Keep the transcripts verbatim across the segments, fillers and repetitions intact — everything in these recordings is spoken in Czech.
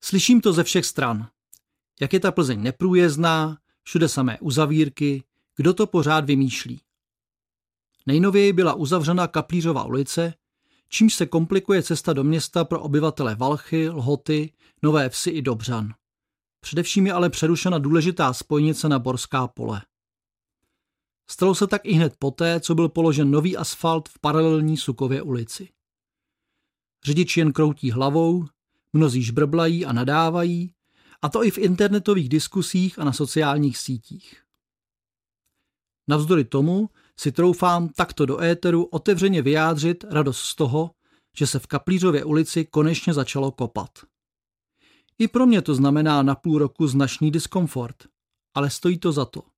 Slyším to ze všech stran. Jak je ta Plzeň neprůjezdná, všude samé uzavírky, kdo to pořád vymýšlí. Nejnověji byla uzavřena Kaplířova ulice, čímž se komplikuje cesta do města pro obyvatele Valchy, Lhoty, Nové Vsi i Dobřan. Především je ale přerušena důležitá spojnice na Borská Pole. Stalo se tak i hned poté, co byl položen nový asfalt v paralelní Sukově ulici. Řidiči jen kroutí hlavou, mnozí žbrblají a nadávají, a to i v internetových diskusích a na sociálních sítích. Navzdory tomu si troufám takto do éteru otevřeně vyjádřit radost z toho, že se v Kaplířově ulici konečně začalo kopat. I pro mě to znamená na půl roku značný diskomfort, ale stojí to za to.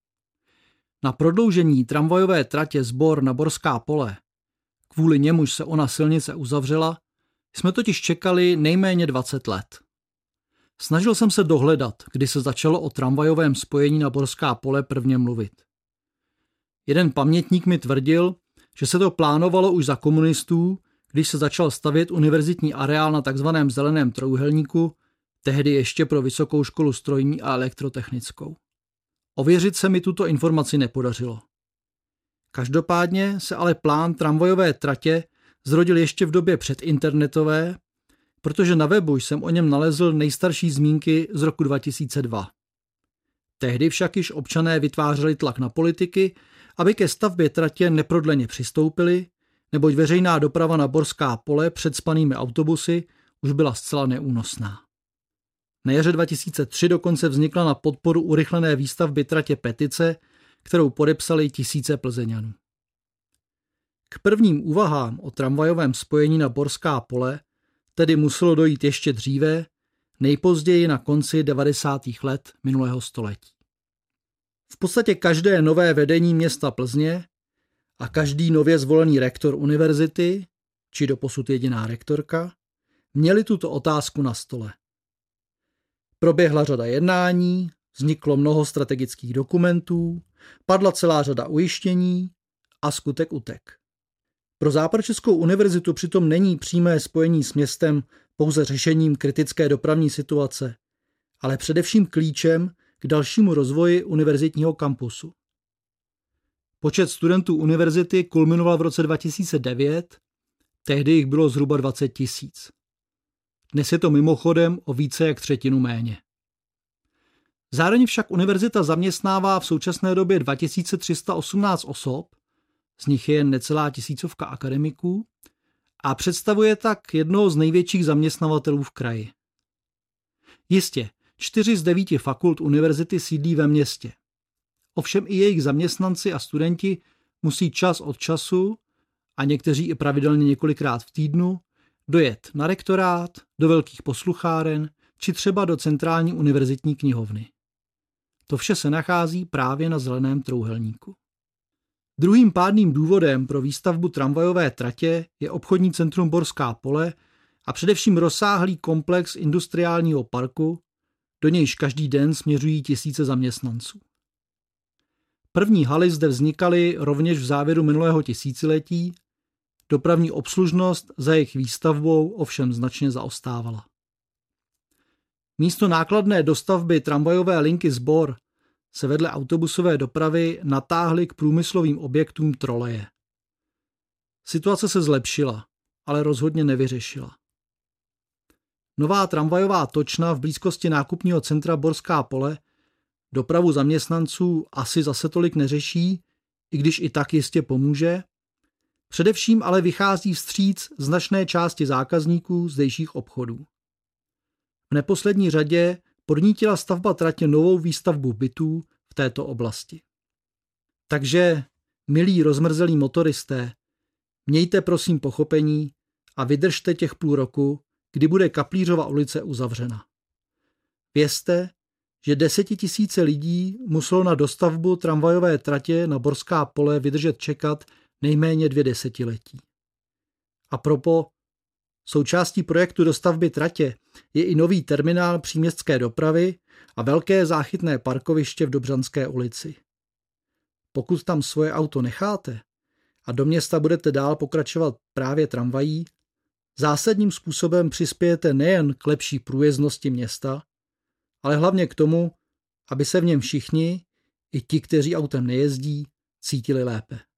Na prodloužení tramvajové tratě Zbor na Borská Pole, kvůli němuž se ona silnice uzavřela, jsme totiž čekali nejméně dvacet let. Snažil jsem se dohledat, kdy se začalo o tramvajovém spojení na Borská Pole prvně mluvit. Jeden pamětník mi tvrdil, že se to plánovalo už za komunistů, když se začal stavět univerzitní areál na takzvaném zeleném trojúhelníku, tehdy ještě pro Vysokou školu strojní a elektrotechnickou. Ověřit se mi tuto informaci nepodařilo. Každopádně se ale plán tramvajové tratě zrodil ještě v době předinternetové, protože na webu jsem o něm nalezl nejstarší zmínky z roku dva tisíce dva. Tehdy však již občané vytvářeli tlak na politiky, aby ke stavbě tratě neprodleně přistoupili, neboť veřejná doprava na Borská Pole před spanými autobusy už byla zcela neúnosná. Na jaře dva tisíce tři dokonce vznikla na podporu urychlené výstavby tratě petice, kterou podepsali tisíce Plzeňanů. K prvním úvahám o tramvajovém spojení na Borská Pole tedy muselo dojít ještě dříve, nejpozději na konci devadesátých let minulého století. V podstatě každé nové vedení města Plzně a každý nově zvolený rektor univerzity, či doposud jediná rektorka, měli tuto otázku na stole. Proběhla řada jednání, vzniklo mnoho strategických dokumentů, padla celá řada ujištění a skutek utek. Pro Západočeskou univerzitu přitom není přímé spojení s městem pouze řešením kritické dopravní situace, ale především klíčem k dalšímu rozvoji univerzitního kampusu. Počet studentů univerzity kulminoval v roce dva tisíce devět, tehdy jich bylo zhruba dvacet tisíc. Dnes je to mimochodem o více jak třetinu méně. Zároveň však univerzita zaměstnává v současné době dva tisíce tři sta osmnáct osob, z nich je jen necelá tisícovka akademiků, a představuje tak jednoho z největších zaměstnavatelů v kraji. Jistě, čtyři z devíti fakult univerzity sídlí ve městě. Ovšem i jejich zaměstnanci a studenti musí čas od času, a někteří i pravidelně několikrát v týdnu, dojet na rektorát, do velkých poslucháren či třeba do centrální univerzitní knihovny. To vše se nachází právě na zeleném trojúhelníku. Druhým pádným důvodem pro výstavbu tramvajové tratě je obchodní centrum Borská Pole a především rozsáhlý komplex industriálního parku, do nějž každý den směřují tisíce zaměstnanců. První haly zde vznikaly rovněž v závěru minulého tisíciletí, dopravní obslužnost za jejich výstavbou ovšem značně zaostávala. Místo nákladné dostavby tramvajové linky Zbor se vedle autobusové dopravy natáhly k průmyslovým objektům troleje. Situace se zlepšila, ale rozhodně nevyřešila. Nová tramvajová točna v blízkosti nákupního centra Borská Pole dopravu zaměstnanců asi zase tolik neřeší, i když i tak jistě pomůže. Především ale vychází vstříc značné části zákazníků zdejších obchodů. V neposlední řadě podnítila stavba tratě novou výstavbu bytů v této oblasti. Takže, milí rozmrzelí motoristé, mějte prosím pochopení a vydržte těch půl roku, kdy bude Kaplířova ulice uzavřena. Vězte, že desetitisíce lidí muselo na dostavbu tramvajové tratě na Borská Pole vydržet čekat nejméně dvě desetiletí. A propo, součástí projektu dostavby tratě je i nový terminál příměstské dopravy a velké záchytné parkoviště v Dobřanské ulici. Pokud tam svoje auto necháte a do města budete dál pokračovat právě tramvají, zásadním způsobem přispějete nejen k lepší průjezdnosti města, ale hlavně k tomu, aby se v něm všichni, i ti, kteří autem nejezdí, cítili lépe.